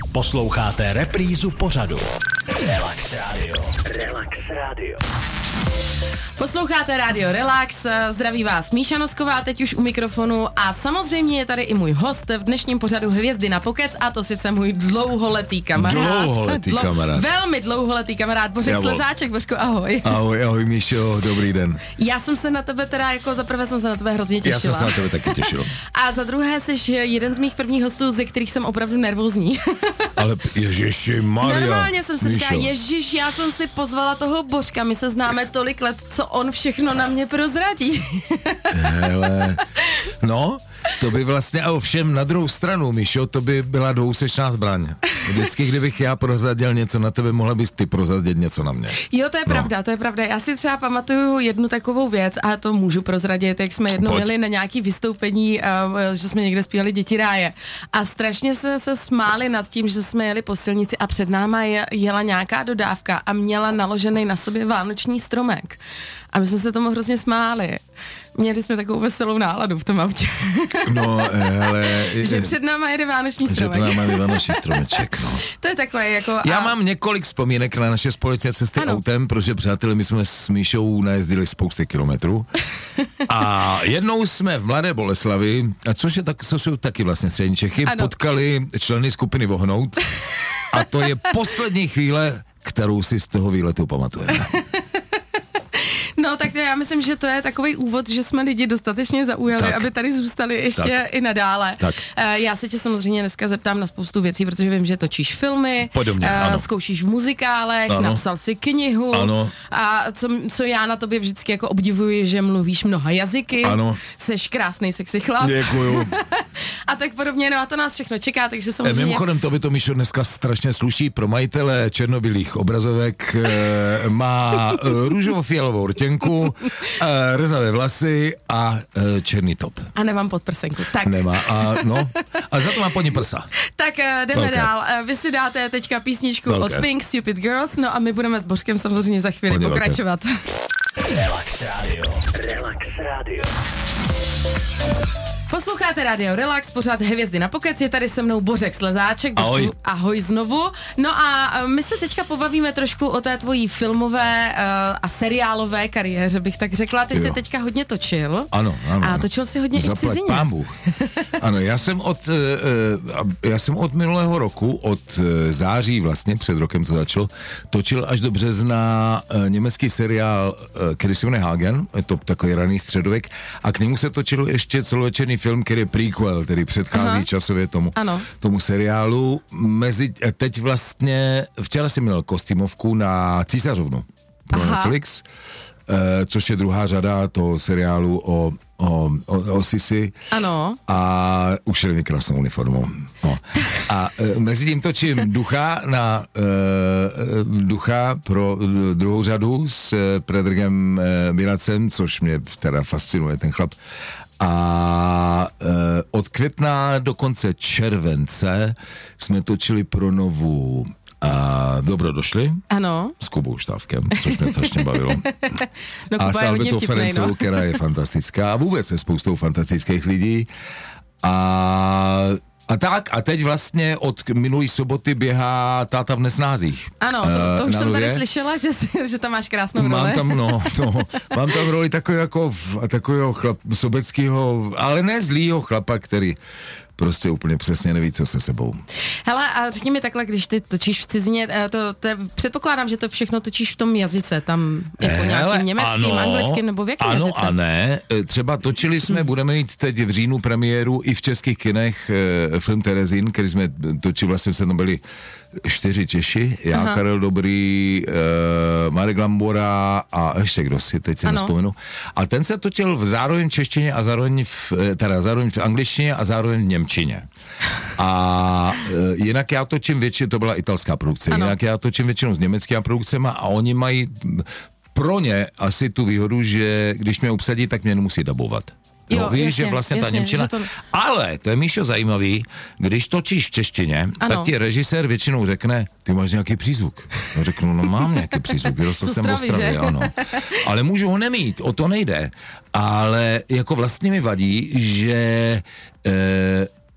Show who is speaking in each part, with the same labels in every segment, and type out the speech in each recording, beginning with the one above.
Speaker 1: Posloucháte reprízu pořadu. Relax Radio. Relax Radio.
Speaker 2: Posloucháte rádio Relax, zdraví vás Míša Nosková, teď už u mikrofonu a samozřejmě je tady i můj host v dnešním pořadu Hvězdy na pokec a to sice můj dlouholetý kamarád. Velmi dlouholetý kamarád, Bořek Slezáček. Bořko, ahoj.
Speaker 3: Ahoj Míšo, dobrý den.
Speaker 2: Já jsem se na tebe teda jako za prvé jsem se na tebe hrozně těšila.
Speaker 3: Já jsem se na tebe taky těšil.
Speaker 2: A za druhé jsi jeden z mých prvních hostů, ze kterých jsem opravdu nervózní.
Speaker 3: Ale ježiši Maria.
Speaker 2: Normálně jsem si říkala, ježiš, já jsem si pozvala toho Bořka, my se známe tolik let, co on všechno na mě prozradí.
Speaker 3: Hele, no, to by vlastně, a ovšem na druhou stranu, Míšo, to by byla dvousečná zbraň. Vždycky, kdybych já prozradil něco na tebe, mohla bys ty prozradit něco na mě.
Speaker 2: Jo, to je pravda, to je pravda. Já si třeba pamatuju jednu takovou věc a to můžu prozradit, jak jsme jednou jeli na nějaký vystoupení, že jsme někde zpívali Děti ráje. A strašně se smáli nad tím, že jsme jeli po silnici a před náma jela nějaká dodávka a měla naložený na sobě vánoční stromek. A my jsme se tomu hrozně smáli. Měli jsme takovou veselou náladu v tom autě.
Speaker 3: No, hele.
Speaker 2: Že před náma jede vánoční stromek.
Speaker 3: Že před náma jede vánoční stromeček, no.
Speaker 2: To je takové jako...
Speaker 3: Já mám několik vzpomínek na naše společné cesty autem, protože přátelé, my jsme s Míšou najezdili spousty kilometrů. A jednou jsme v Mladé Boleslavi, což jsou taky vlastně střední Čechy, potkali členy skupiny Vohnout. A to je poslední chvíle, kterou si z toho výletu pamatujeme.
Speaker 2: No, tak já myslím, že to je takový úvod, že jsme lidi dostatečně zaujali, aby tady zůstali ještě i nadále. Já se tě samozřejmě dneska zeptám na spoustu věcí, protože vím, že točíš filmy, zkoušíš v muzikálech, napsal si knihu a co já na tobě vždycky jako obdivuji, že mluvíš mnoha jazyky, seš krásnej sexy chlap.
Speaker 3: Děkuju.
Speaker 2: A tak podobně, no a to nás všechno čeká, takže samozřejmě...
Speaker 3: Mimochodem, to by to, Míšo, dneska strašně sluší pro majitele černobílých obrazovek, má růžovo-fialovou rtěnku, rezavé vlasy a černý top.
Speaker 2: A nemám podprsenku. Tak.
Speaker 3: Nemá, a za to má podní prsa.
Speaker 2: Tak jdeme dál. Vy si dáte teďka písničku od Pink, Stupid Girls, no a my budeme s Božkem samozřejmě za chvíli pokračovat.
Speaker 1: Relax Radio. Relax Radio.
Speaker 2: Posloucháte Radio Relax, pořád Hvězdy na pokec, je tady se mnou Bořek Slezáček.
Speaker 3: Ahoj.
Speaker 2: Ahoj znovu. No a my se teďka pobavíme trošku o té tvojí filmové a seriálové kariéře, bych tak řekla. Ty jsi teďka hodně točil.
Speaker 3: Ano.
Speaker 2: A točil si hodně i v cizině.
Speaker 3: Pán Bůh. Ano, já jsem od minulého roku, od září vlastně, před rokem to začalo, točil až do března německý seriál, který se jmenuje Hagen, je to takový raný středověk, a k němu se točil ještě celovečerný film, který je prequel, který předchází časově tomu seriálu. Teď vlastně, včera jsem měl kostýmovku na Císařovnu pro Netflix, což je druhá řada toho seriálu o Sisi.
Speaker 2: Ano.
Speaker 3: A ušili mi krásnou uniformu. No. A mezi tím točím Ducha pro druhou řadu s Predragem Milacem, což mě teda fascinuje ten chlap. A od května do konce července jsme točili pro Novu Dobrodošli.
Speaker 2: Ano.
Speaker 3: S Kubou Štávkem, což mě strašně bavilo.
Speaker 2: A s Albertou Ferencovou,
Speaker 3: která je fantastická. A vůbec se spoustou fantastických lidí. A teď vlastně od minulý soboty běhá Táta v nesnázích.
Speaker 2: Ano, to už jsem tady slyšela, že tam máš krásnou roli.
Speaker 3: Mám tam roli takového sobeckého, ale ne zlýho chlapa, který prostě úplně přesně neví, co se sebou.
Speaker 2: Hele, a řekni mi takhle, když ty točíš v cizině, předpokládám, že to všechno točíš v tom jazyce, tam jako nějakým německým, anglickým, nebo v jakém jazyce?
Speaker 3: Ano a ne. Třeba točili jsme, budeme mít teď v říjnu premiéru i v českých kinech film Terezín, který jsme točili, vlastně se tam byli 4 Češi, já, Karel Dobrý, Marek Lambora a ještě kdo si, teď se nespomenu. A ten se točil zároveň v češtině a zároveň v angličtině a zároveň v němčině. A jinak já točím většinou, to byla italská produkce, jinak já točím většinou s německými produkcemi a oni mají pro ně asi tu výhodu, že když mě obsadí, tak mě nemusí dabovat. Jo, víš, že vlastně ta němčina. Ale to je, Míšo, zajímavý, když točíš v češtině, tak ti režisér většinou řekne, ty máš nějaký přízvuk. No řeknu, mám nějaký přízvuk, vyrostl jsem v Ostravě, ano. Ale můžu ho nemít, o to nejde. Ale jako vlastně mi vadí, že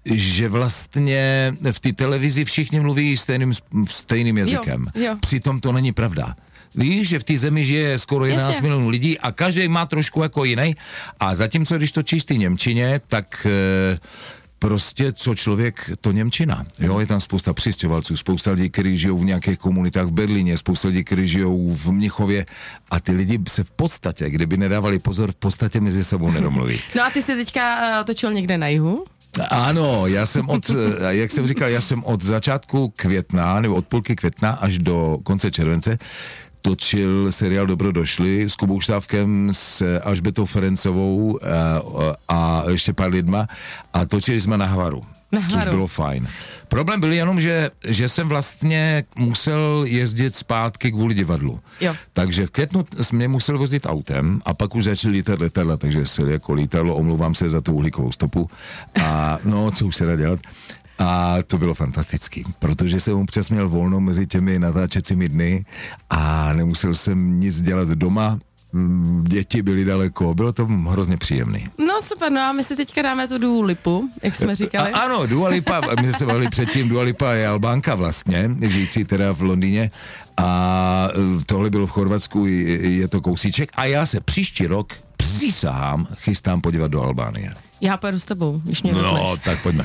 Speaker 3: že vlastně v té televizi všichni mluví stejným jazykem.
Speaker 2: Jo.
Speaker 3: Přitom to není pravda. Víš, že v té zemi žije skoro 11 milionů lidí a každý má trošku jako jiný. A zatímco, když to číš v té němčině, tak prostě co člověk, to němčina. Jo, je tam spousta přistěhovalců, spousta lidí, kteří žijou v nějakých komunitách v Berlíně, spousta lidí, kteří žijou v Mnichově a ty lidi se v podstatě, kdyby nedávali pozor, v podstatě mezi sebou nedomluví.
Speaker 2: No a ty jsi teďka točil někde na jihu?
Speaker 3: Ano, já jsem jak jsem říkal, já jsem od začátku května, nebo od půlky května až do konce července točil seriál Dobrodošli s Kubou Štávkem, s Alžbětou a ještě pár lidma a točili jsme na Hvaru. Což bylo fajn. Problém byl jenom, že jsem vlastně musel jezdit zpátky kvůli divadlu.
Speaker 2: Jo.
Speaker 3: Takže v květnu mě musel vozit autem a pak už začali lítat letadla, takže se jako lítalo, omlouvám se za tu uhlíkovou stopu. A no, co už se dá dělat. A to bylo fantastický, protože jsem občas měl volno mezi těmi natáčecími dny a nemusel jsem nic dělat doma, děti byly daleko, bylo to hrozně příjemný.
Speaker 2: No super, no a my si teďka dáme tu Dua Lipu, jak jsme říkali.
Speaker 3: Ano, Dua Lipa, my jsme se bavili předtím, Dua Lipa je Albánka vlastně, žijící teda v Londýně a tohle bylo v Chorvatsku, je to kousíček a já se příští rok přísahám, chystám podívat do Albánie.
Speaker 2: Já pojedu s tebou, když mě vezmeš.
Speaker 3: No, tak pojďme.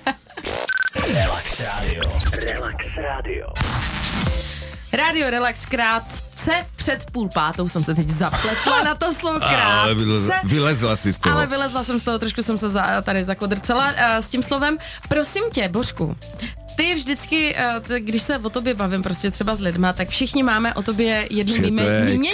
Speaker 1: Relax Radio. Relax Radio.
Speaker 2: Rádio Relax krátce před 4:30 jsem se teď zapletla na to slovo krátce.
Speaker 3: Ale vylezla si z toho.
Speaker 2: Ale vylezla jsem z toho, trošku jsem se tady zakodrcela s tím slovem. Prosím tě, Božku, ty vždycky, když se o tobě bavím prostě třeba s lidma, tak všichni máme o tobě jedno mínění.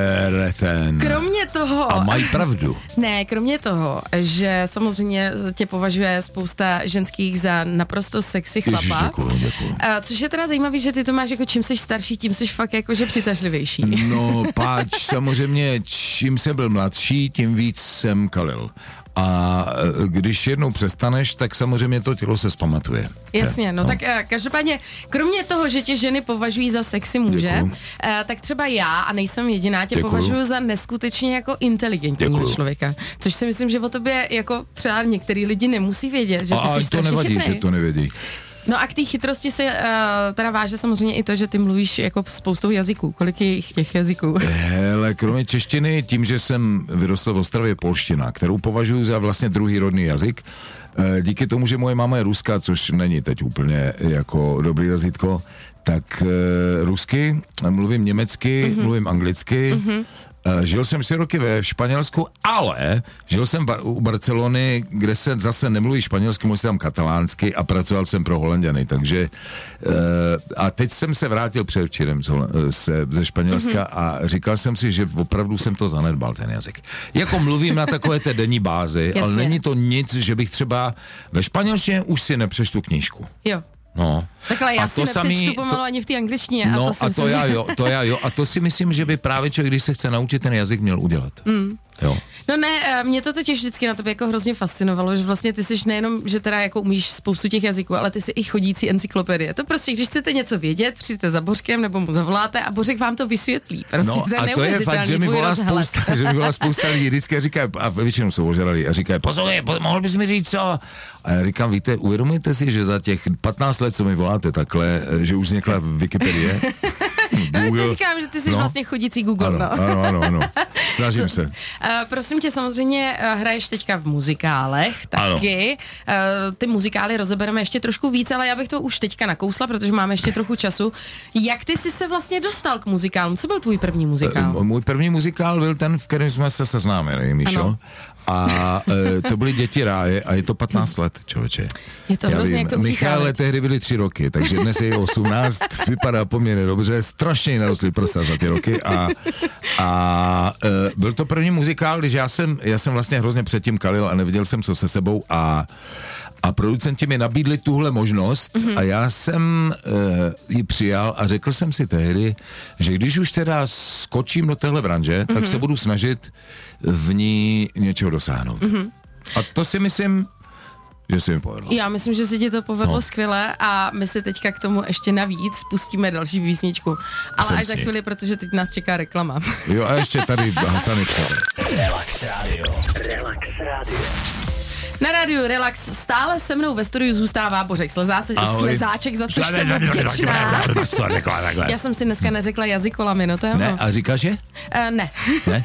Speaker 2: Kromě toho...
Speaker 3: A mají pravdu.
Speaker 2: Ne, kromě toho, že samozřejmě tě považuje spousta ženských za naprosto sexy chlapa.
Speaker 3: Děkuju.
Speaker 2: Což je teda zajímavý, že ty to máš jako čím jsi starší, tím jsi fakt jakože přitažlivější.
Speaker 3: No, páč, samozřejmě, čím jsem byl mladší, tím víc jsem kalil. A když jednou přestaneš, tak samozřejmě to tělo se zpamatuje.
Speaker 2: Jasně, no tak každopádně, kromě toho, že tě ženy považují za sexy muže, tak třeba já, a nejsem jediná, tě považuji za neskutečně jako inteligentního člověka. Což si myslím, že o tobě jako třeba některý lidi nemusí vědět, že ty jsi strašně chytrý.
Speaker 3: Že to nevědí.
Speaker 2: No a k té chytrosti se teda váže samozřejmě i to, že ty mluvíš jako spoustou jazyků. Kolik je jich těch jazyků?
Speaker 3: Hele, kromě češtiny, tím, že jsem vyrostl v Ostravě, polština, kterou považuji za vlastně druhý rodný jazyk. Díky tomu, že moje máma je ruská, což není teď úplně jako dobrý razítko, tak rusky, mluvím německy, mluvím anglicky, žil jsem 4 roky ve Španělsku, ale žil jsem u Barcelony, kde se zase nemluví španělsky, mluví se tam katalánsky a pracoval jsem pro Holanďany, takže a teď jsem se vrátil předevčírem ze Španělska a říkal jsem si, že opravdu jsem to zanedbal, ten jazyk. Jako mluvím na takové té denní bázi, ale není to nic, že bych třeba ve španělštině už si nepřečtu knížku.
Speaker 2: Jo.
Speaker 3: No.
Speaker 2: Takhle já si nepřečtu pomalu ani v té angličtině.
Speaker 3: No,
Speaker 2: to
Speaker 3: já jo. A to si myslím, že by právě člověk, když se chce naučit ten jazyk, měl udělat. Jo.
Speaker 2: No ne, mě to totiž vždycky na tobě jako hrozně fascinovalo, že vlastně ty jsi nejenom, že teda jako umíš spoustu těch jazyků, ale ty jsi i chodící encyklopedie. To prostě, když chcete něco vědět, přijďte za Bořkem nebo mu zavoláte a Bořek vám to vysvětlí. Prostě
Speaker 3: no a to je fakt, že mi volá spousta lidí vždycky říkají, a většinou jsou ožralí a říkají, poslouchej, mohl bys mi říct co? A já říkám, víte, uvědomujte si, že za těch 15 let, co mi voláte takhle, že už vznikla Wikipedie.
Speaker 2: Google. To říkám, že ty jsi vlastně chodící Google.
Speaker 3: Ano. Snažím se.
Speaker 2: Prosím tě, samozřejmě hraješ teďka v muzikálech taky. Ty muzikály rozebereme ještě trošku víc, ale já bych to už teďka nakousla, protože máme ještě trochu času. Jak ty jsi se vlastně dostal k muzikálům? Co byl tvůj první muzikál?
Speaker 3: Můj první muzikál byl ten, v kterém jsme se seznámili, Míšo. A to byly Děti ráje a je to 15 let, člověče.
Speaker 2: Je to hrozně, jak to
Speaker 3: Michale tehdy byly 3 roky, takže dnes je 18, vypadá poměrně dobře, strašně narostly prsta za ty roky a byl to první muzikál, když já jsem vlastně hrozně předtím kalil a neviděl jsem co se sebou a producenti mi nabídli tuhle možnost a já jsem ji přijal a řekl jsem si tehdy, že když už teda skočím do téhle branže, tak se budu snažit v ní něčeho dosáhnout. A to si myslím, že se mi povedlo.
Speaker 2: Já myslím, že se ti to povedlo skvěle a my si teďka k tomu ještě navíc pustíme další písničku. Ale až za chvíli, protože teď nás čeká reklama.
Speaker 3: Jo a ještě tady Hasanička.
Speaker 1: Relax Radio. Relax Radio.
Speaker 2: Na rádiu Relax stále se mnou ve studiu zůstává Bořek Slezáček, za což jsem vděčná. Já jsem si dneska neřekla jazykolami, no to je ono.
Speaker 3: Ne, a říkáš je?
Speaker 2: Ne.
Speaker 3: Ne?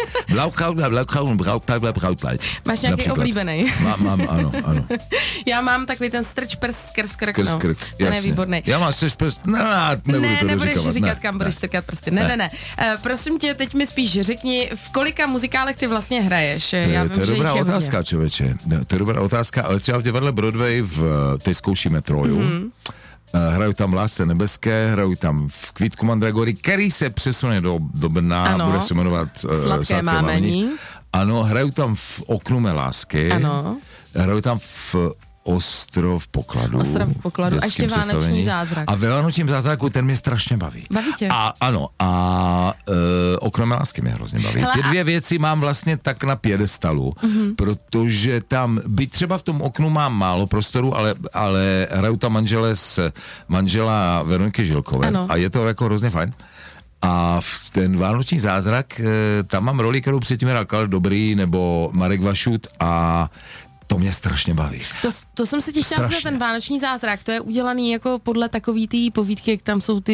Speaker 2: Máš nějaký oblíbený?
Speaker 3: Mám, ano.
Speaker 2: Já mám takový ten strč prst skrz krk, no. Ten je výborný.
Speaker 3: Já mám strč prst,
Speaker 2: nebudeš říkat, kam budeš strkat prsty. Ne. Prosím tě, teď mi spíš řekni, v kolika muzikálech ty vlastně hraješ? Já vím,
Speaker 3: to je dobrá otázka, člověče. To je dobrá otázka, ale třeba v divadle Broadway teď zkoušíme Troju. Hraju tam v Lásce nebeské, hraju tam v Kvítku Mandragory, který se přesune do Brna, ano, bude se jmenovat
Speaker 2: Sladké mámení.
Speaker 3: Ano, hraju tam v Oknu mé lásky.
Speaker 2: Ano.
Speaker 3: Hraju tam v Ostrov pokladu.
Speaker 2: A ještě Vánoční zázrak.
Speaker 3: A ve Vánočním zázraku ten mě strašně baví.
Speaker 2: Baví tě?
Speaker 3: A Okno mé lásky mě hrozně baví. Ty dvě věci mám vlastně tak na piedestalu, protože tam, byť třeba v tom Oknu mám málo prostoru, ale hraju tam manžela Veroniky Žilkové. Ano. A je to jako hrozně fajn. A v ten Vánoční zázrak, tam mám roli, kterou předtím hrál Karel Dobrý nebo Marek Vašut a to mě strašně baví.
Speaker 2: To jsem se těšila na ten Vánoční zázrak. To je udělaný jako podle takový té povídky, jak tam jsou ty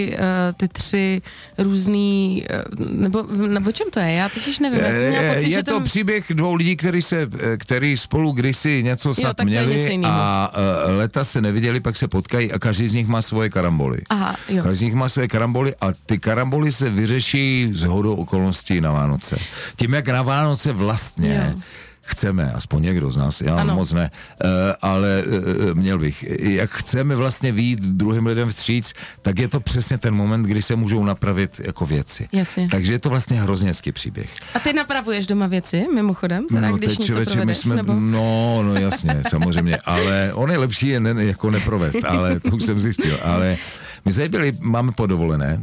Speaker 2: tři různý, nebo o čem to je? Já totiž nevím.
Speaker 3: Je to příběh dvou lidí, který spolu kdysi něco snad měli a leta se neviděli, pak se potkají a každý z nich má svoje karamboly.
Speaker 2: Aha, jo.
Speaker 3: Každý z nich má svoje karamboly a ty karamboly se vyřeší shodou okolností na Vánoce. Tím, jak na Vánoce vlastně chceme, aspoň někdo z nás, já moc ne, ale měl bych. Jak chceme vlastně vyjít druhým lidem vstříc, tak je to přesně ten moment, kdy se můžou napravit jako věci.
Speaker 2: Jasně.
Speaker 3: Takže je to vlastně hrozně hezký příběh.
Speaker 2: A ty napravuješ doma věci, mimochodem? Teda, když něco provedeš, nebo?
Speaker 3: No jasně, samozřejmě, ale on je lepší je jako neprovést, ale to už jsem zjistil, ale my jsme byli, máme podovolené,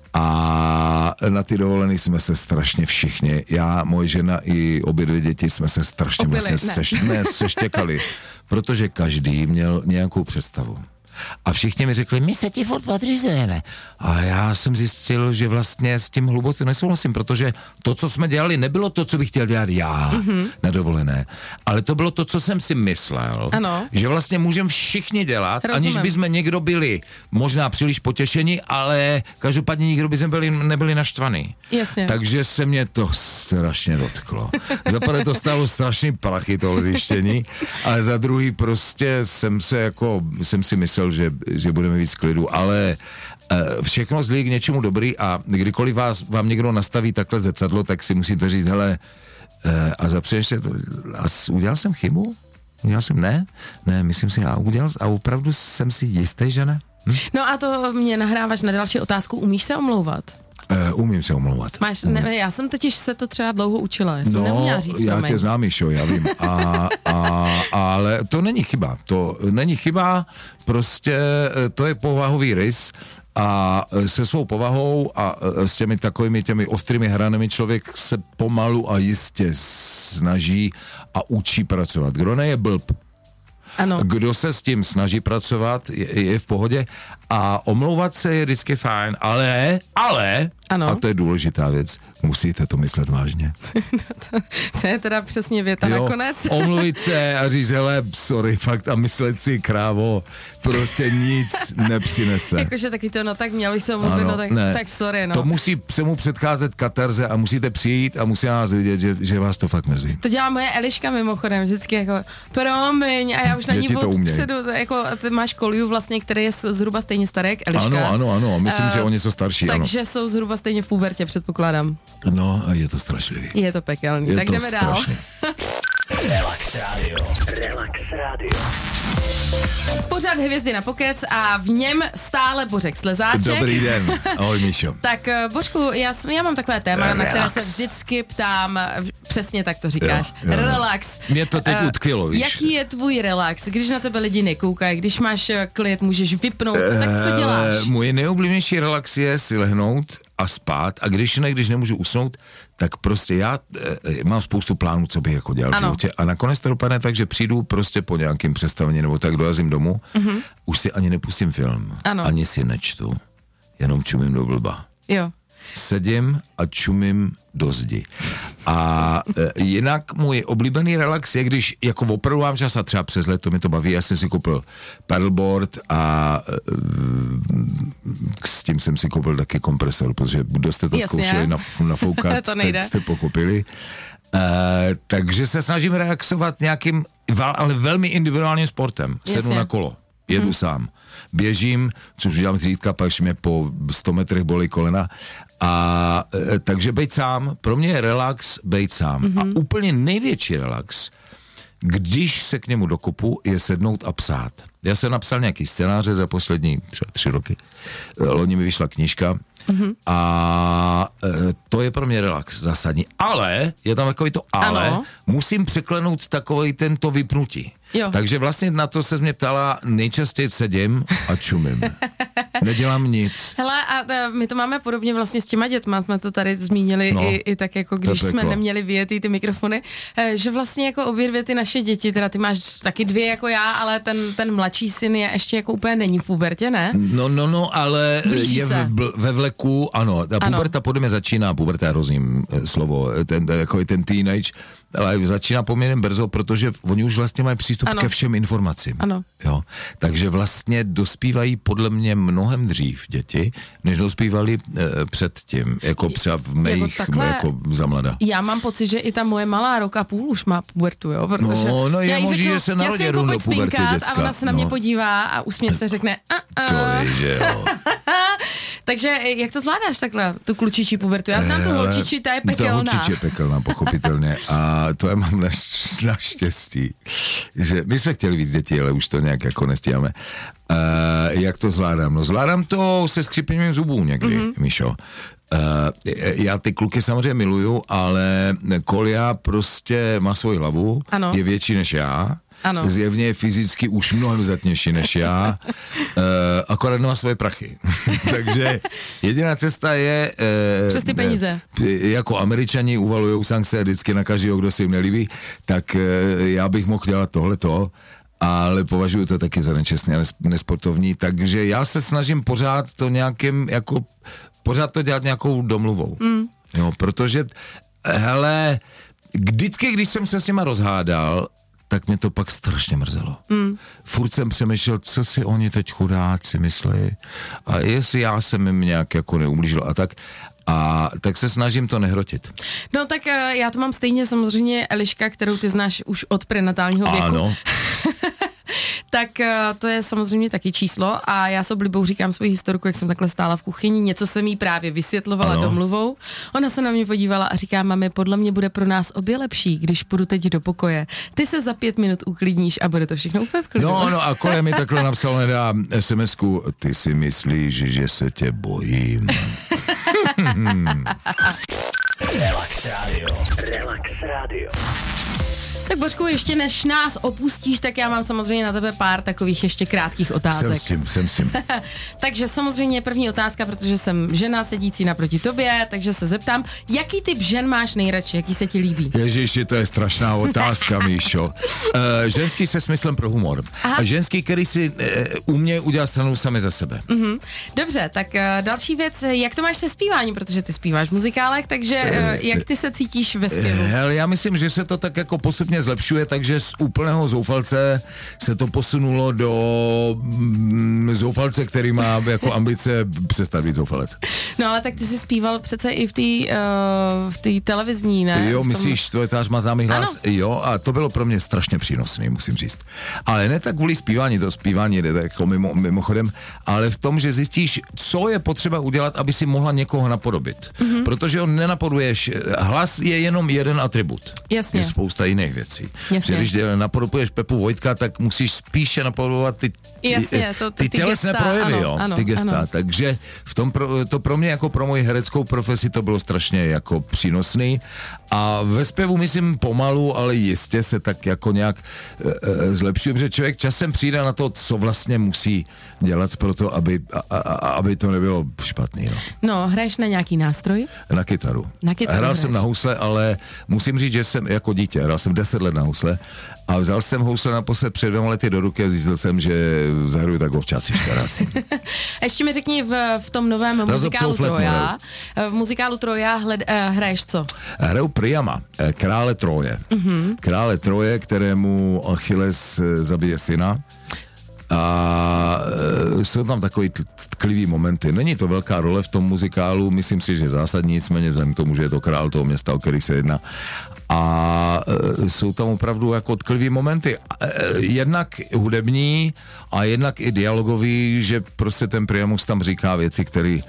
Speaker 3: a na ty dovolené jsme se strašně všichni, já, moje žena i obě dvě děti jsme se strašně seštěkali, protože každý měl nějakou představu. A všichni mi řekli, my se ti furt podřizujeme. A já jsem zjistil, že vlastně s tím hluboce nesouhlasím, protože to, co jsme dělali, nebylo to, co bych chtěl dělat já na dovolené, ale to bylo to, co jsem si myslel, že vlastně můžeme všichni dělat, aniž bychom někdo byli možná příliš potěšení, ale každopádně nikdo bychom nebyli naštvaný.
Speaker 2: Jasně.
Speaker 3: Takže se mě to strašně dotklo. Za prvé to stálo strašný prachy, tohle zjištění, ale za druhý prostě jsem si myslel, že budeme víc klidu, ale všechno zlí k něčemu dobrý a kdykoliv vám někdo nastaví takhle zrcadlo, tak si musíte říct, hele, a zapřeješ se to, udělal jsem chybu? Ne, myslím si, a opravdu jsem si jistý, že ne?
Speaker 2: No a to mě nahráváš na další otázku, umíš se omlouvat?
Speaker 3: Umím se omlouvat.
Speaker 2: Já jsem totiž se to třeba dlouho učila. Neuměla říct,
Speaker 3: já tě znám, Míšo, já vím. Ale to není chyba. Prostě to je povahový rys a se svou povahou a s těmi ostrými hranami člověk se pomalu a jistě snaží a učí pracovat. Kdo ne je blb.
Speaker 2: Ano.
Speaker 3: Kdo se s tím snaží pracovat, je v pohodě a omlouvat se je vždycky fajn, ale, a to je důležitá věc, musíte to myslet vážně.
Speaker 2: To je teda přesně věta nakonec.
Speaker 3: Omluvit se a říct, hele, sorry, fakt, a myslet si, krávo, prostě nic nepřinese.
Speaker 2: Jakože taky to, tak měl bych se omluvit, tak sorry,
Speaker 3: To musí se mu předcházet katarze a musíte přijít a musí nás vidět, že vás to fakt mrzí.
Speaker 2: To dělá moje Eliška mimochodem, vždycky jako, promiň, a já už na ní odpředu, jako ty máš Kolju vlastně, který je zhruba stejně starý jak Eliška.
Speaker 3: Ano, myslím, že o něco starší,
Speaker 2: takže jsou zhruba stejně v pubertě, předpokládám.
Speaker 3: No a je to strašlivý.
Speaker 2: Je to pekelný, tak jdeme dál.
Speaker 1: Relax Radio.
Speaker 2: Pořád Hvězdy na pokec a v něm stále Bořek Slezáček.
Speaker 3: Dobrý den, ahoj Míšo.
Speaker 2: Tak Bořku, já mám takové téma, na které se vždycky ptám, přesně tak to říkáš. Jo. Relax.
Speaker 3: Mě to teď utkvělo, víš.
Speaker 2: Jaký je tvůj relax, když na tebe lidi nekoukají, když máš klid, můžeš vypnout, tak co děláš?
Speaker 3: Můj nejoblíbenější relax je si lehnout a spát a když nemůžu usnout, tak prostě já mám spoustu plánů, co bych jako dělal v životě a nakonec to dopadne tak, že přijdu prostě po nějakým představení nebo tak dojazím domů, už si ani nepustím film, ani si nečtu, jenom čumím do blba.
Speaker 2: Jo.
Speaker 3: Sedím a čumím do zdi. A jinak můj oblíbený relax je, když jako opravdu mám čas a třeba přes léto mi to baví, já jsem si koupil paddleboard a s tím jsem si koupil taky kompresor, protože kdo jste to zkoušeli nafoukat,
Speaker 2: to
Speaker 3: tak jste pochopili. Takže se snažím relaxovat nějakým, ale velmi individuálním sportem. Sednu na kolo, jedu sám, běžím, což dělám zřídka, pak mě po 100 metrech bolí kolena. A takže bejt sám, pro mě je relax bejt sám. A úplně největší relax, když se k němu dokopu, je sednout a psát. Já jsem napsal nějaký scénáře za poslední třeba 3 roky. Loni mi vyšla knížka a to je pro mě relax zásadní. Ale, je tam takový to ale, musím překlenout takový tento vypnutí.
Speaker 2: Jo.
Speaker 3: Takže vlastně na to se mě ptala, nejčastěji sedím a čumím. Nedělám nic.
Speaker 2: Hele, a my to máme podobně vlastně s těma dětma, jsme to tady zmínili i tak jako, když jsme neměli vyjetý ty mikrofony, že vlastně jako obě dvě ty naše děti, teda ty máš taky 2 jako já, ale ten mladší syn je ještě jako úplně není v pubertě, ne?
Speaker 3: No, ale blíží je ve vleku, ano. A puberta podle mě začíná, puberta je hrozný slovo, ten teenage, ale začíná poměrně brzo, protože oni už vlastně mají přístup ke všem informacím.
Speaker 2: Ano.
Speaker 3: Jo? Takže vlastně dospívají podle mě mnohem dřív děti, než dospívali předtím, jako třeba v mých, jako za mlada.
Speaker 2: Já mám pocit, že i ta moje malá 1,5 roku už má pubertu, jo? Protože
Speaker 3: no je možný, že se narodí rovnou puberty děcka.
Speaker 2: A ona se na mě podívá a usměje se, řekne
Speaker 3: To je, že jo.
Speaker 2: Takže jak to zvládáš takhle, tu klučičí pubertu? Já znám tu holčičí, ta je pekelná.
Speaker 3: Ta holčičí je pekelná, pochopitelně. A to já mám naštěstí, že my jsme chtěli víc dětí, ale už to nějak jako nestíháme. Jak to zvládám? No zvládám to se skřípěním zubů někdy, Míšo. Já ty kluky samozřejmě miluju, ale Kolja prostě má svoji hlavu, je větší než já.
Speaker 2: Ano.
Speaker 3: Zjevně je fyzicky už mnohem zdatnější než já, akorát má svoje prachy. Takže jediná cesta je...
Speaker 2: Přes ty peníze.
Speaker 3: Jako Američani uvalujou sankce vždycky na každého, kdo se jim nelíbí, tak já bych mohl dělat tohleto, ale považuji to taky za nečestné a nesportovní, takže já se snažím pořád to nějakým, jako pořád to dělat nějakou domluvou. Jo, protože, hele, vždycky, když jsem se s nima rozhádal, tak mě to pak strašně mrzelo. Furt jsem přemýšlel, co si oni teď chudáci myslí a jestli já jsem jim nějak jako neublížil a tak. A tak se snažím to nehrotit.
Speaker 2: No tak já to mám stejně samozřejmě Eliška, kterou ty znáš už od prenatálního věku.
Speaker 3: Ano.
Speaker 2: Tak to je samozřejmě taky číslo a já s oblibou říkám svoji historku, jak jsem takhle stála v kuchyni, něco jsem jí právě vysvětlovala domluvou. Ona se na mě podívala a říká, mami, podle mě bude pro nás obě lepší, když půjdu teď do pokoje. Ty se za 5 minut uklidníš a bude to všechno úplně v klidu.
Speaker 3: No a Kolja mi takhle napsal nedá SMS-ku, ty si myslíš, že se tě bojím.
Speaker 1: Relax Radio. Relax Radio.
Speaker 2: Tak Božku, ještě než nás opustíš, tak já mám samozřejmě na tebe pár takových ještě krátkých otázek.
Speaker 3: Jsem s tím.
Speaker 2: Takže samozřejmě první otázka, protože jsem žena sedící naproti tobě, takže se zeptám, jaký typ žen máš nejradši, jaký se ti líbí?
Speaker 3: Ježiši, to je strašná otázka, Míšo. Ženský se smyslem pro humor. Aha. A ženský, který si umějí udělat stranu sami za sebe.
Speaker 2: Dobře, tak další věc, jak to máš se zpíváním, protože ty zpíváš v muzikálech, takže jak ty se cítíš ve zpěvu?
Speaker 3: Hele, já myslím, že se to tak jako postupně zlepšuje, takže z úplného zoufalce se to posunulo do zoufalce, který má jako ambice přestat být zoufalec.
Speaker 2: No ale tak ty jsi zpíval přece i v té televizní, ne?
Speaker 3: Jo, myslíš, tvoje tvář má známý hlas? Ano. Jo, a to bylo pro mě strašně přínosné, musím říct. Ale ne tak kvůli zpívání, to zpívání jde jako mimochodem, ale v tom, že zjistíš, co je potřeba udělat, aby si mohla někoho napodobit. Protože on nenapodobuješ, hlas je jenom jeden atribut.
Speaker 2: Jasně.
Speaker 3: Je spousta jiných věcí. Že když napodobuješ Pepu Vojtka, tak musíš spíše napodobovat ty tělesné projevy, ty gesta. Ano. Takže v tom to pro mě jako pro moji hereckou profesi to bylo strašně jako přínosný. A ve zpěvu myslím pomalu, ale jistě se tak jako nějak zlepšuje, protože člověk časem přijde na to, co vlastně musí dělat pro to, aby to nebylo špatný.
Speaker 2: No, hraješ na nějaký nástroj?
Speaker 3: Na kytaru.
Speaker 2: Na kytaru
Speaker 3: hrál jsem na housle, ale musím říct, že jsem jako dítě, hrál jsem 10 20 let na housle a vzal jsem housle naposled před 2 lety do ruky a zjistil jsem, že zahruju tak ovčáci štaráci.
Speaker 2: Ještě mi řekni v tom novém muzikálu Troja. V muzikálu Troja hraješ co?
Speaker 3: Hraju Priama, krále Troje. Krále Troje, kterému Achilles zabije syna. A jsou tam takový tklivý momenty. Není to velká role v tom muzikálu, myslím si, že zásadní, nicméně vzhledem k tomu, že je to král toho města, o který se jedná. A jsou tam opravdu jako tklivý momenty. Jednak hudební a jednak i dialogový, že prostě ten Priamus tam říká věci, které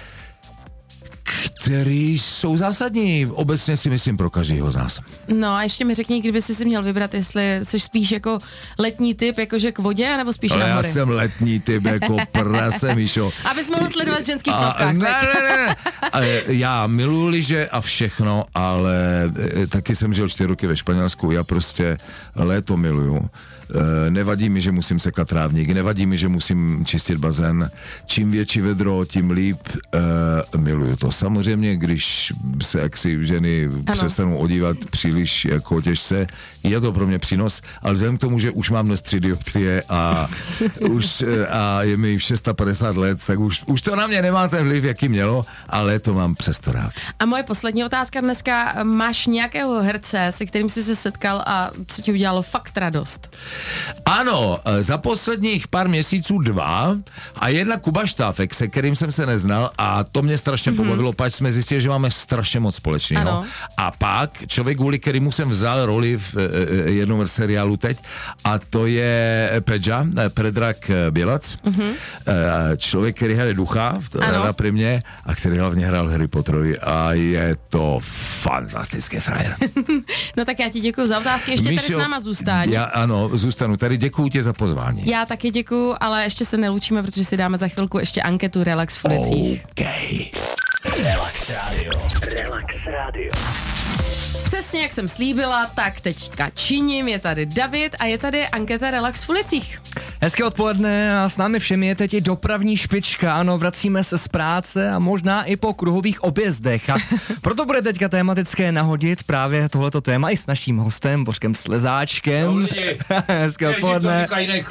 Speaker 3: jsou zásadní, obecně si myslím pro každého z nás.
Speaker 2: No a ještě mi řekni, kdyby si měl vybrat, jestli jsi spíš jako letní typ, jakože k vodě, nebo spíš na hory?
Speaker 3: Já jsem letní typ, jako prase, Míšo.
Speaker 2: Abys mohl sledovat ženský plavkách.
Speaker 3: Ne. Já miluji lyže a všechno, ale taky jsem žil 4 roky ve Španělsku, já prostě léto miluju. Nevadí mi, že musím sekat trávník, nevadí mi, že musím čistit bazén. Čím větší vedro, tím líp. Miluju to. Samozřejmě, když se jaksi ženy přestanou odívat příliš jako těžce, je to pro mě přínos, ale vzhledem k tomu, že už mám dnes 3 dioptrie a je mi 650 let, tak už to na mě nemá ten vliv, jaký mělo, ale to mám přesto rád.
Speaker 2: A moje poslední otázka dneska. Máš nějakého herce, se kterým jsi se setkal a co ti udělalo fakt radost?
Speaker 3: Ano, za posledních pár měsíců 2 a jedna Kuba Štáfek, se kterým jsem se neznal a to mě strašně pobavilo, pač jsme zjistili, že máme strašně moc společného. Ano. A pak člověk, kvůli kterému jsem vzal roli v jednom seriálu teď a to je Pedža, Predrag Bělac. Člověk, který hraje ducha na primě a který hlavně hrál Harry Potterovi a je to fantastický frajer.
Speaker 2: No tak já ti děkuju za otázky, ještě Míšo, tady s náma zůstání.
Speaker 3: Ano, zůstanu tady, děkuju tě za pozvání.
Speaker 2: Já taky děkuju, ale ještě se neloučíme, protože si dáme za chvilku ještě anketu Relax v ulicích.
Speaker 3: Okay.
Speaker 1: Relax Radio. Relax Radio.
Speaker 2: Přesně jak jsem slíbila, tak teďka činím, je tady David a je tady anketa Relax v ulicích.
Speaker 4: Hezké odpoledne a s námi všemi je teď i dopravní špička, ano, vracíme se z práce a možná i po kruhových objezdech a proto bude teďka tematické nahodit právě tohleto téma i s naším hostem Božkem Slezáčkem. Hezké odpoledne.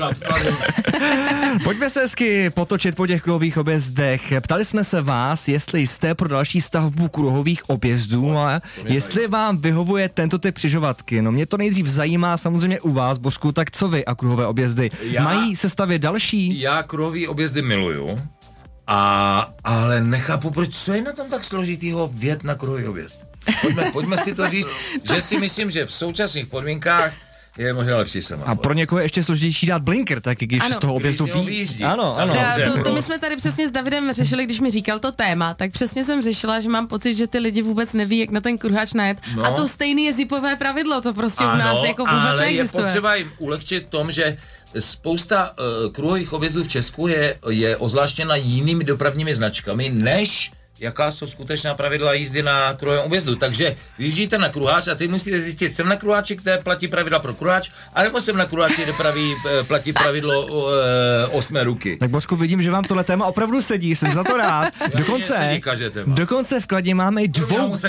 Speaker 4: Pojďme se hezky potočit po těch kruhových objezdech. Ptali jsme se vás, jestli jste pro další stavbu kruhových objezdů a jestli vám vyhovuje tento typ křižovatky. No mě to nejdřív zajímá samozřejmě u vás, Božku, tak co vy a kruhové objezdy? Mají se stavět další?
Speaker 3: Já kruhový objezdy miluju, ale nechápu, proč co je na tom tak složitýho vjet na kruhový objezd. Pojďme si to říct, že si myslím, že v současných podmínkách je možná lepší semafor.
Speaker 4: A pro někoho je ještě složitější dát blinker, tak když z toho objezdu
Speaker 3: výjíždí.
Speaker 4: Ano.
Speaker 2: To my jsme tady přesně s Davidem řešili, když mi říkal to téma, tak přesně jsem řešila, že mám pocit, že ty lidi vůbec neví, jak na ten kruháč najet. No. A to stejný je zipové pravidlo, to prostě u nás jako vůbec neexistuje.
Speaker 3: Ale je potřeba jim ulehčit v tom, že spousta kruhových objezdů v Česku je ozvláštěna jinými dopravními značkami, než jaká jsou skutečná pravidla jízdy na kruhovém objezdu. Takže vyjíždíte na kruháč a ty musíte zjistit, jsem na kruháči, kde platí pravidla pro kruháč, anebo jsem na kruháči, kde platí pravidlo 8 ruky.
Speaker 4: Tak Božku, vidím, že vám tohle téma opravdu sedí, jsem za to rád. Dokonce v Kladně máme i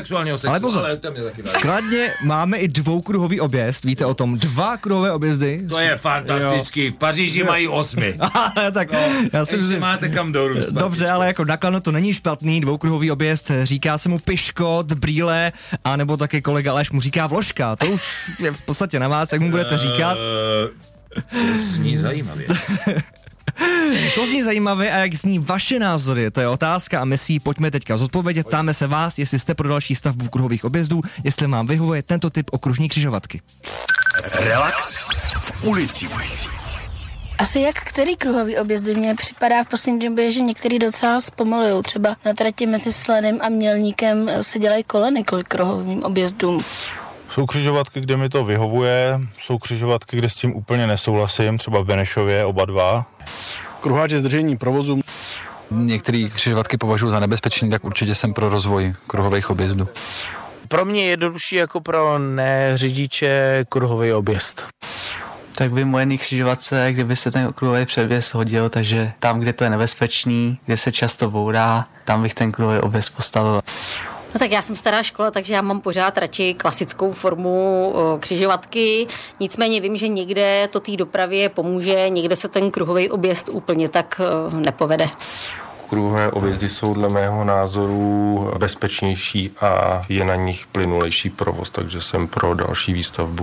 Speaker 4: v Kladně máme i dvoukruhový objezd, víte o tom, 2 kruhové objezdy.
Speaker 3: To je fantastický, v Paříži mají 8.
Speaker 4: Tak,
Speaker 3: já si myslím, máte kam dorůst.
Speaker 4: Dobře, ale jako na Kladno to není špatný, dvoukruhový objezd, říká se mu piškot, brýle, a nebo taky kolega Aleš mu říká vložka. To už je v podstatě na vás, jak mu budete říkat.
Speaker 3: To zní zajímavě.
Speaker 4: To zní zajímavě a jak zní vaše názory, to je otázka a my si ji pojďme teďka zodpovědět. Ptáme se vás, jestli jste pro další stavbu kruhových objezdů, jestli vám vyhovuje tento typ okružní křižovatky.
Speaker 1: Relax v ulici.
Speaker 5: Asi jak který kruhový objezdy mně připadá v poslední době, že některý docela zpomalujou. Třeba na trati mezi Slanem a Mělníkem se dělají kolony kvůli kruhovým objezdům.
Speaker 6: Jsou křižovatky, kde mi to vyhovuje, jsou křižovatky, kde s tím úplně nesouhlasím, třeba v Benešově, oba dva.
Speaker 7: Kruháč je zdržení provozu.
Speaker 8: Některé křižovatky považuji za nebezpečný, tak určitě jsem pro rozvoj kruhových objezdů.
Speaker 9: Pro mě je jednodušší jako pro neřidiče kruhový objezd.
Speaker 10: Tak by moje křižovatce, kdyby se ten kruhový předjezd hodil, takže tam, kde to je nebezpečný, kde se často bourá, tam bych ten kruhový objezd postavil.
Speaker 11: No tak já jsem stará škola, takže já mám pořád radši klasickou formu křižovatky, nicméně vím, že někde to té dopravě pomůže, někde se ten kruhový objezd úplně tak nepovede.
Speaker 12: Kruhové objezdy jsou dle mého názoru bezpečnější a je na nich plynulejší provoz, takže jsem pro další výstavbu.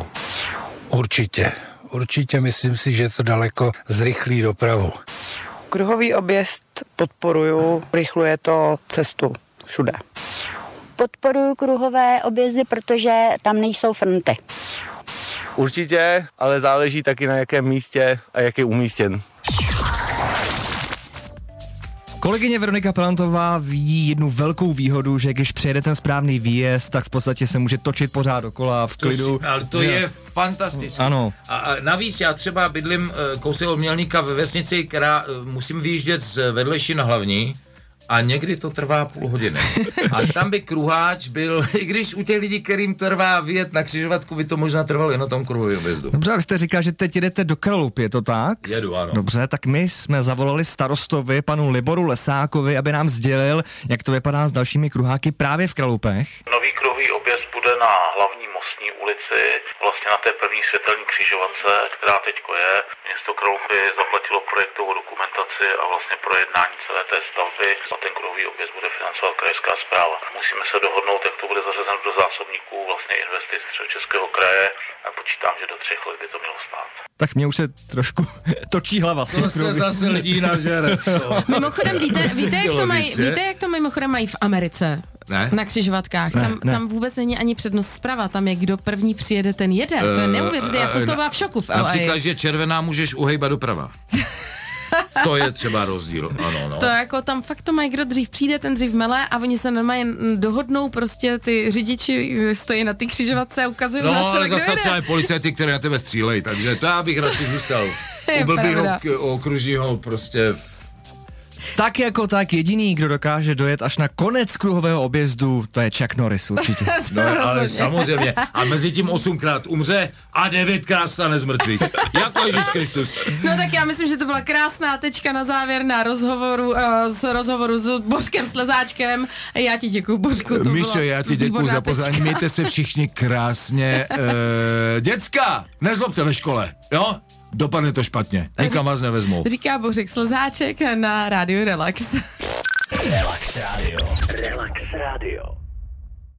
Speaker 13: Určitě myslím si, že to daleko zrychlí dopravu.
Speaker 14: Kruhový objezd podporuju, rychluje to cestu všude.
Speaker 15: Podporuju kruhové objezdy, protože tam nejsou fronty.
Speaker 16: Určitě, ale záleží taky na jakém místě a jak je umístěn.
Speaker 4: Kolegyně Veronika Palantová ví jednu velkou výhodu, že když přejede ten správný výjezd, tak v podstatě se může točit pořád dokola v klidu.
Speaker 3: Ale to je fantastické.
Speaker 4: Ano.
Speaker 3: A navíc já třeba bydlím kousek od Mělníka ve vesnici, která musím vyjíždět z vedlejší na hlavní a někdy to trvá půl hodiny. A tam by kruháč byl, i když u těch lidí, kterým trvá vyjet na křižovatku, by to možná trvalo jen na tom kruhovém objezdu.
Speaker 4: Dobře, vy jste říkal, že teď jedete do Kralupy, je to tak?
Speaker 3: Jedu, ano.
Speaker 4: Dobře, tak my jsme zavolali starostovi, panu Liboru Lesákovi, aby nám sdělil, jak to vypadá s dalšími kruháky právě v Kralupech.
Speaker 17: Nový kruhový objezd bude na hlavní Mostní ulici, vlastně na té první světelní křižovatce, která teďko je. Město Kralupy zaplatilo projektovou dokumentaci a vlastně projednání celé té stavby a ten kruhový objezd bude financovat krajská správa. Musíme se dohodnout, jak to bude zařazeno do zásobníků vlastně investic Středočeského kraje a počítám, že do 3 let by to mělo stát.
Speaker 4: Tak mě už se trošku točí hlava s tím
Speaker 3: kruhovým. To se zase lidí nažere.
Speaker 2: Mimochodem, víte, jak to mimochodem mají v Americe?
Speaker 3: Ne?
Speaker 2: Na křižovatkách. Tam vůbec není ani přednost zprava, tam je kdo první přijede, ten jede. To je neuvěřitelné, já jsem z toho byla v šoku v LA.
Speaker 3: Například, že červená můžeš uhejbat doprava. To je třeba rozdíl, ano, no.
Speaker 2: To jako tam fakt to mají, kdo dřív přijde, ten dřív mele a oni se normálně dohodnou, prostě ty řidiči stojí na ty křižovatce a ukazují na sebe,
Speaker 3: ale
Speaker 2: kdo
Speaker 3: zase
Speaker 2: jede.
Speaker 3: třeba policajty, které na tebe střílejí, takže to já bych radši zůstal u blbýho okružního prostě.
Speaker 4: Tak jako tak jediný, kdo dokáže dojet až na konec kruhového objezdu, to je Chuck Norris určitě.
Speaker 3: No ale samozřejmě. A mezi tím 8krát umře a 9krát stane z mrtvých. Jako Ježíš Kristus.
Speaker 2: No tak já myslím, že to byla krásná tečka na závěr na rozhovoru s Božkem Slezáčkem. Já ti děkuju, Božku.
Speaker 3: Míšo, já ti děkuju za pozvání. Mějte se všichni krásně. Děcka, nezlobte ve škole, jo? Dopadne to špatně. Nikam vás nevezmou.
Speaker 2: Říká Bořek Slezáček na rádiu Relax.
Speaker 1: Relax Radio. Relax Radio.